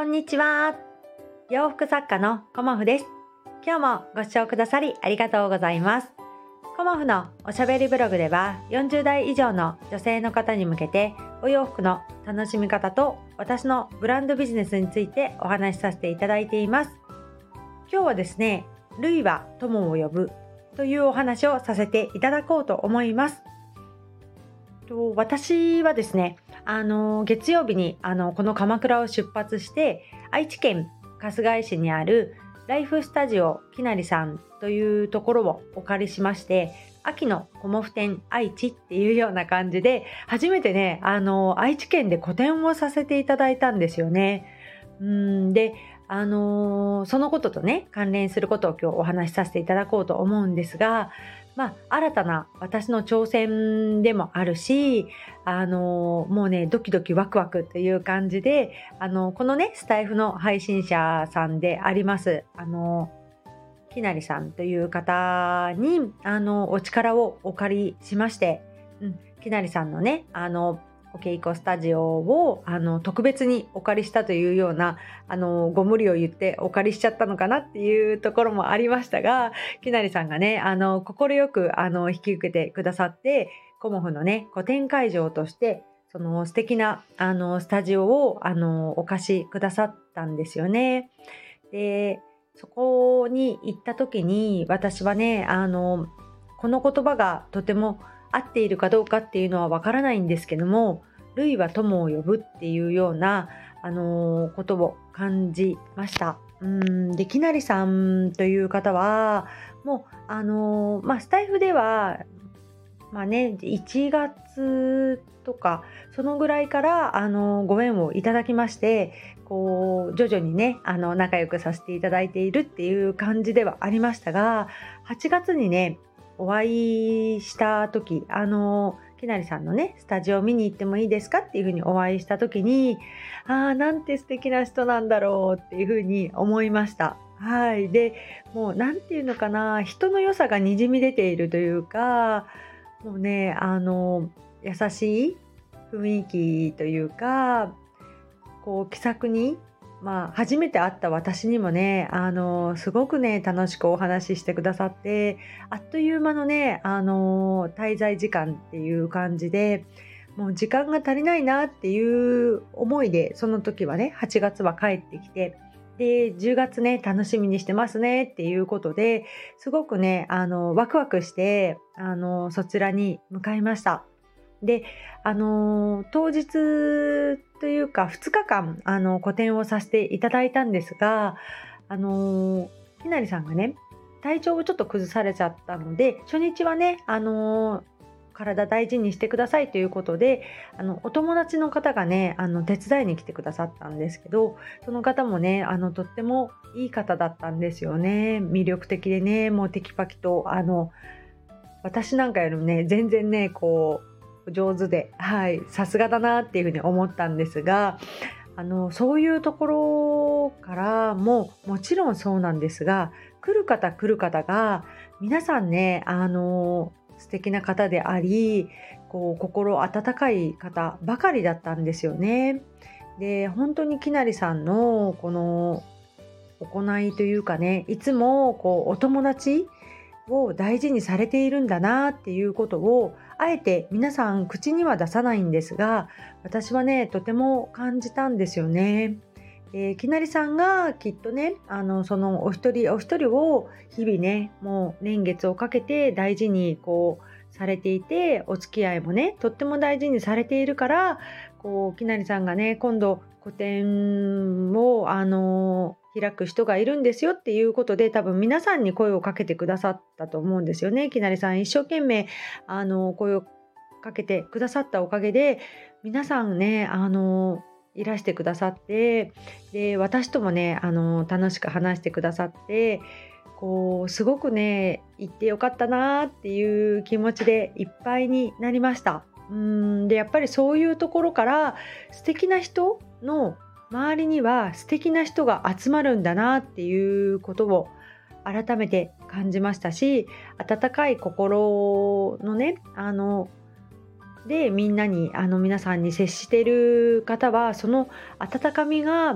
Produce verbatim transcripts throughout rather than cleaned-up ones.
んにちは。洋服作家のコモフです。今日もご視聴くださりありがとうございます。コモフのおしゃべりブログではよんじゅう代以上の女性の方に向けてお洋服の楽しみ方と私のブランドビジネスについてお話しさせていただいています。今日はですね、ルイは友を呼ぶというお話をさせていただこうと思います。と私はですね、あの月曜日にあのこの鎌倉を出発して愛知県春日井市にあるライフスタジオきなりさんというところをお借りしまして、秋のコモフ展愛知っていうような感じで初めてね、あの愛知県で個展をさせていただいたんですよね。うんであのー、そのこととね関連することを今日お話しさせていただこうと思うんですが、まあ、新たな私の挑戦でもあるし、あのー、もうねドキドキワクワクという感じで、あのー、このねスタイフの配信者さんでありますあのー、きなりさんという方にあのお力をお借りしまして、うん、きなりさんのねあのお稽古スタジオをあの特別にお借りしたというようなあのご無理を言ってお借りしちゃったのかなっていうところもありましたが、きなりさんがねあの快くあの引き受けてくださって、コモフのね個展会場としてその素敵なあのスタジオをあのお貸しくださったんですよね。でそこに行った時に私はねあのこの言葉がとても合っているかどうかっていうのはわからないんですけども、ルイは友を呼ぶっていうような、あのー、ことを感じました。うんできなりさんという方はもうあのー、まあスタイフではまあねいちがつとかそのぐらいからあのー、ご縁をいただきまして、こう徐々にねあの仲良くさせていただいているっていう感じではありましたが、はちがつにねお会いした時、あのきなりさんのねスタジオ見に行ってもいいですかっていう風にお会いした時に、あーなんて素敵な人なんだろうっていう風に思いました。はい。でもうなんていうのかな、人の良さがにじみ出ているというか、もうねあの優しい雰囲気というか、こう気さくに、まあ、初めて会った私にもねあのすごくね楽しくお話ししてくださって、あっという間のねあの滞在時間っていう感じで、もう時間が足りないなっていう思いでその時はねはちがつは帰ってきて、でじゅうがつね楽しみにしてますねっていうことで、すごくねあのワクワクしてあのそちらに向かいました。で、あのー当日というかふつかかんあの個展をさせていただいたんですが、あのーきなりさんがね体調をちょっと崩されちゃったので、初日はね、あのー体大事にしてくださいということで、あのお友達の方がねあの手伝いに来てくださったんですけど、その方もねあのとってもいい方だったんですよね。魅力的でね、もうテキパキとあの私なんかよりもね全然ねこう上手で、はい、さすがだなっていうふうに思ったんですが、あのそういうところからももちろんそうなんですが、来る方来る方が皆さんねあの素敵な方であり、こう心温かい方ばかりだったんですよね。で本当にきなりさんのこの行いというかね、いつもこうお友達を大事にされているんだなっていうことをあえて皆さん口には出さないんですが、私はねとても感じたんですよね。えーきなりさんがきっとねあのそのお一人お一人を日々ねもう年月をかけて大事にこうされていて、お付き合いもねとっても大事にされているから、こうきなりさんがね今度個展をあの開く人がいるんですよっていうことで、多分皆さんに声をかけてくださったと思うんですよね。きなりさん一生懸命あの声をかけてくださったおかげで皆さんねあのいらしてくださって、で私ともねあの楽しく話してくださって、こうすごくね行ってよかったなっていう気持ちでいっぱいになりました。うーんでやっぱりそういうところから素敵な人の周りには素敵な人が集まるんだなっていうことを改めて感じましたし、温かい心のねあのでみんなにあの皆さんに接している方はその温かみがまた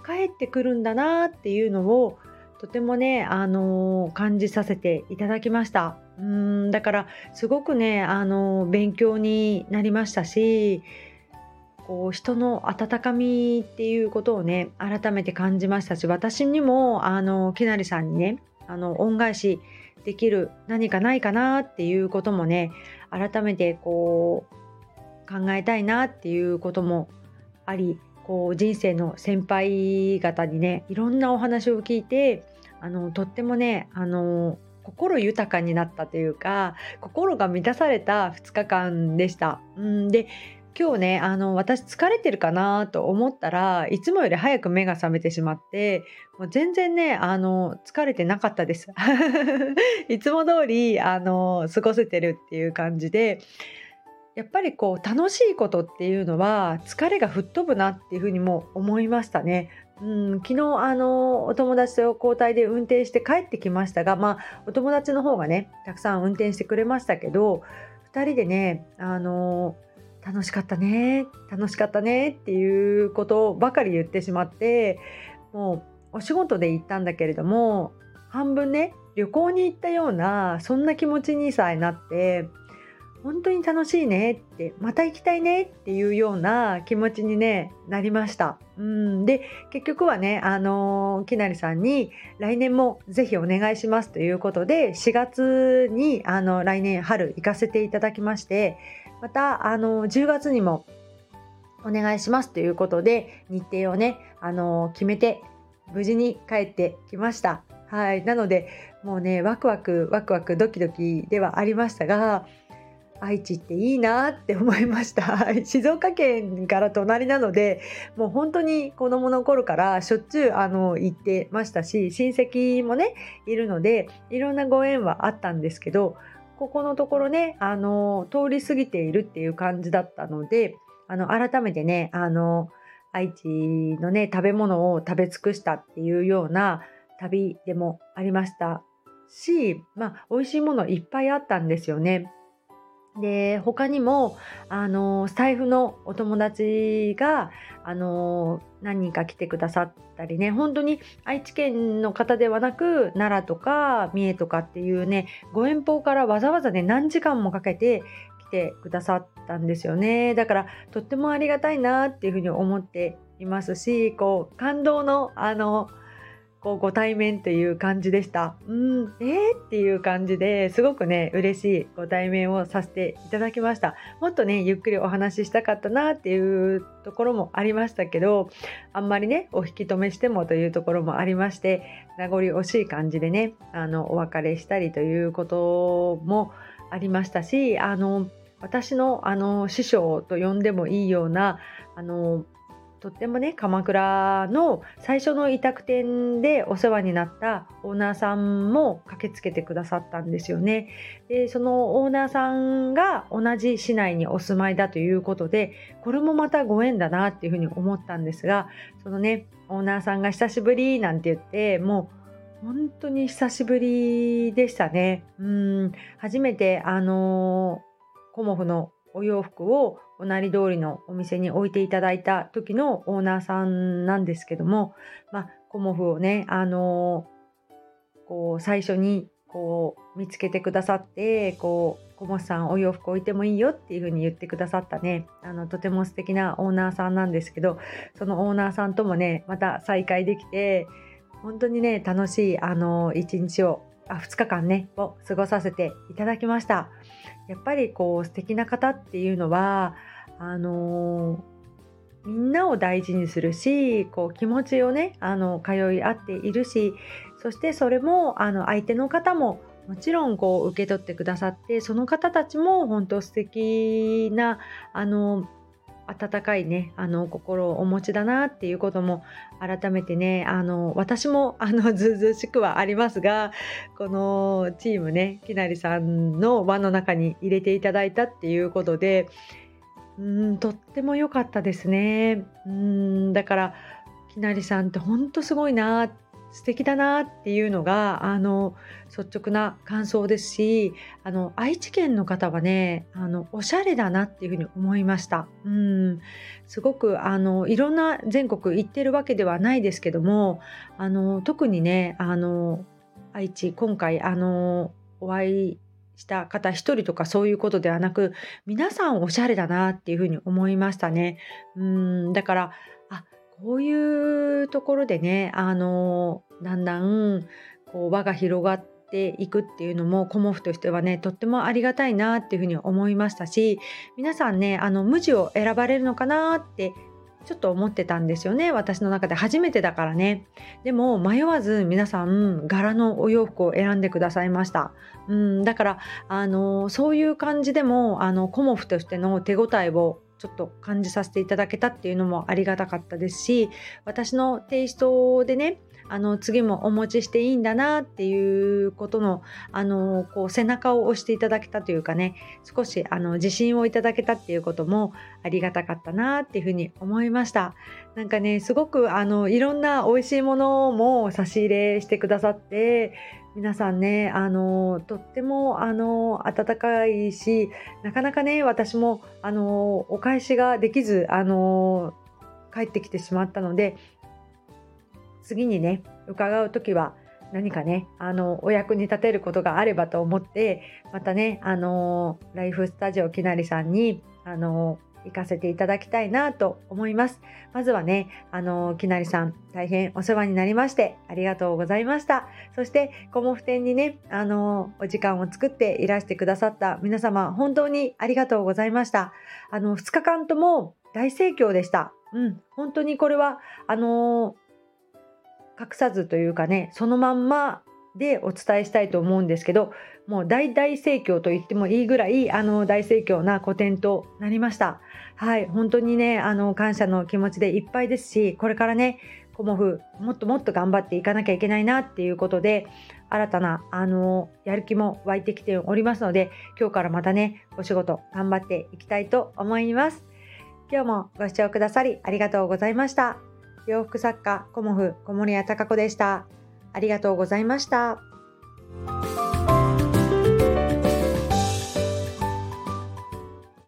帰ってくるんだなっていうのをとてもね、あのー感じさせていただきました。うーんだからすごくね、あのー勉強になりましたし、こう人の温かみっていうことをね改めて感じましたし、私にもあのきなりさんにねあの恩返しできる何かないかなっていうこともね改めてこう考えたいなっていうこともあり、こう人生の先輩方にねいろんなお話を聞いて、あのとってもねあの心豊かになったというか、心が満たされたふつかかんでした。うんで今日ねあの私疲れてるかなと思ったらいつもより早く目が覚めてしまって、もう全然ねあの疲れてなかったです。いつも通りあの過ごせてるっていう感じで、やっぱりこう楽しいことっていうのは疲れが吹っ飛ぶなっていうふうにも思いましたね。うん、昨日あのお友達と交代で運転して帰ってきましたが、まあお友達の方がねたくさん運転してくれましたけど、ふたりでねあの楽しかったね楽しかったねっていうことばかり言ってしまって、もうお仕事で行ったんだけれども半分ね旅行に行ったようなそんな気持ちにさえなって、本当に楽しいねってまた行きたいねっていうような気持ちに、ね、なりました。うんで結局はねあのきなりさんに来年もぜひお願いしますということでしがつにあの来年春行かせていただきまして、またあのじゅうがつにもお願いしますということで日程をねあの決めて無事に帰ってきました。はい、なのでもうねワクワクワクワクドキドキではありましたが、愛知っていいなって思いました。静岡県から隣なので、もう本当に子供の頃からしょっちゅうあの行ってましたし、親戚もねいるのでいろんなご縁はあったんですけど、ここのところねあの通り過ぎているっていう感じだったので、あの改めてねあの愛知のね食べ物を食べ尽くしたっていうような旅でもありましたし、まあ美味しいものいっぱいあったんですよね。で他にもあのスタイフのお友達があの何人か来てくださったりね、本当に愛知県の方ではなく奈良とか三重とかっていうねご遠方からわざわざね何時間もかけて来てくださったんですよね。だからとってもありがたいなっていうふうに思っていますし、こう感動のあのこうご対面という感じでした。うん、えーっていう感じですごくね嬉しいご対面をさせていただきました。もっとねゆっくりお話ししたかったなっていうところもありましたけど、あんまりねお引き止めしてもというところもありまして、名残惜しい感じでねあのお別れしたりということもありましたし、あの私のあの師匠と呼んでもいいようなあのとってもね鎌倉の最初の委託店でお世話になったオーナーさんも駆けつけてくださったんですよね。でそのオーナーさんが同じ市内にお住まいだということで、これもまたご縁だなっていうふうに思ったんですが、そのねオーナーさんが久しぶりなんて言って、もう本当に久しぶりでしたね。うん初めてあのーコモフのお洋服をおなり通りのお店に置いていただいた時のオーナーさんなんですけども、まあ、コモフをね、あのーこう最初にこう見つけてくださって、こうコモフさんお洋服置いてもいいよっていう風に言ってくださったね、あのとても素敵なオーナーさんなんですけど、そのオーナーさんともねまた再会できて、本当にね楽しいあの一日をあふつかかんねを過ごさせていただきました。やっぱりこう素敵な方っていうのはあのーみんなを大事にするし、こう気持ちをねあの通い合っているし、そしてそれもあの相手の方ももちろんこう受け取ってくださって、その方たちも本当素敵なあの温かいねあの心をお持ちだなっていうことも改めてね、あの私もあのずうずうしくはありますが、このチームねきなりさんの輪の中に入れていただいたっていうことで、うーんとっても良かったですね。うーんだからきなりさんって本当すごいなっ素敵だなっていうのがあの率直な感想ですし、あの愛知県の方はね、あのおしゃれだなっていうふうに思いました。うん、すごくあのいろんな全国行ってるわけではないですけども、あの特にね、あの愛知、今回あのお会いした方一人とかそういうことではなく、皆さんおしゃれだなっていうふうに思いましたね。うん、だからあこういうところでね、あのだんだんこう輪が広がっていくっていうのもコモフとしてはね、とってもありがたいなっていうふうに思いましたし、皆さんね、あの無地を選ばれるのかなってちょっと思ってたんですよね。私の中で初めてだからね。でも迷わず皆さん柄のお洋服を選んでくださいました。うん、だからあのそういう感じでもあのコモフとしての手応えをちょっと感じさせていただけたっていうのもありがたかったですし、私のテイストでね、あの次もお持ちしていいんだなっていうことのあのこう背中を押していただけたというかね、少しあの自信をいただけたっていうこともありがたかったなっていうふうに思いました。なんかね、すごくあのいろんな美味しいものも差し入れしてくださって、皆さんね、あのとってもあの温かいし、なかなかね、私もあのお返しができず、あの帰ってきてしまったので、次にね伺うときは何かね、あのお役に立てることがあればと思って、またね、あのライフスタジオきなりさんにあの行かせていただきたいなと思います。まずはね、あのきなりさん大変お世話になりましてありがとうございました。そしてコモフ展にね、あのお時間を作っていらしてくださった皆様、本当にありがとうございました。あのふつかかんとも大盛況でした。うん、本当にこれはあの隠さずというかね、そのまんまでお伝えしたいと思うんですけど、もう大大盛況と言ってもいいぐらいあの大盛況な個展となりました。はい、本当にね、あの感謝の気持ちでいっぱいですし、これからねコモフもっともっと頑張っていかなきゃいけないなっていうことで、新たなあのやる気も湧いてきておりますので、今日からまたねお仕事頑張っていきたいと思います。今日もご視聴くださりありがとうございました。洋服作家コモフ小森屋貴子でした。ありがとうございました。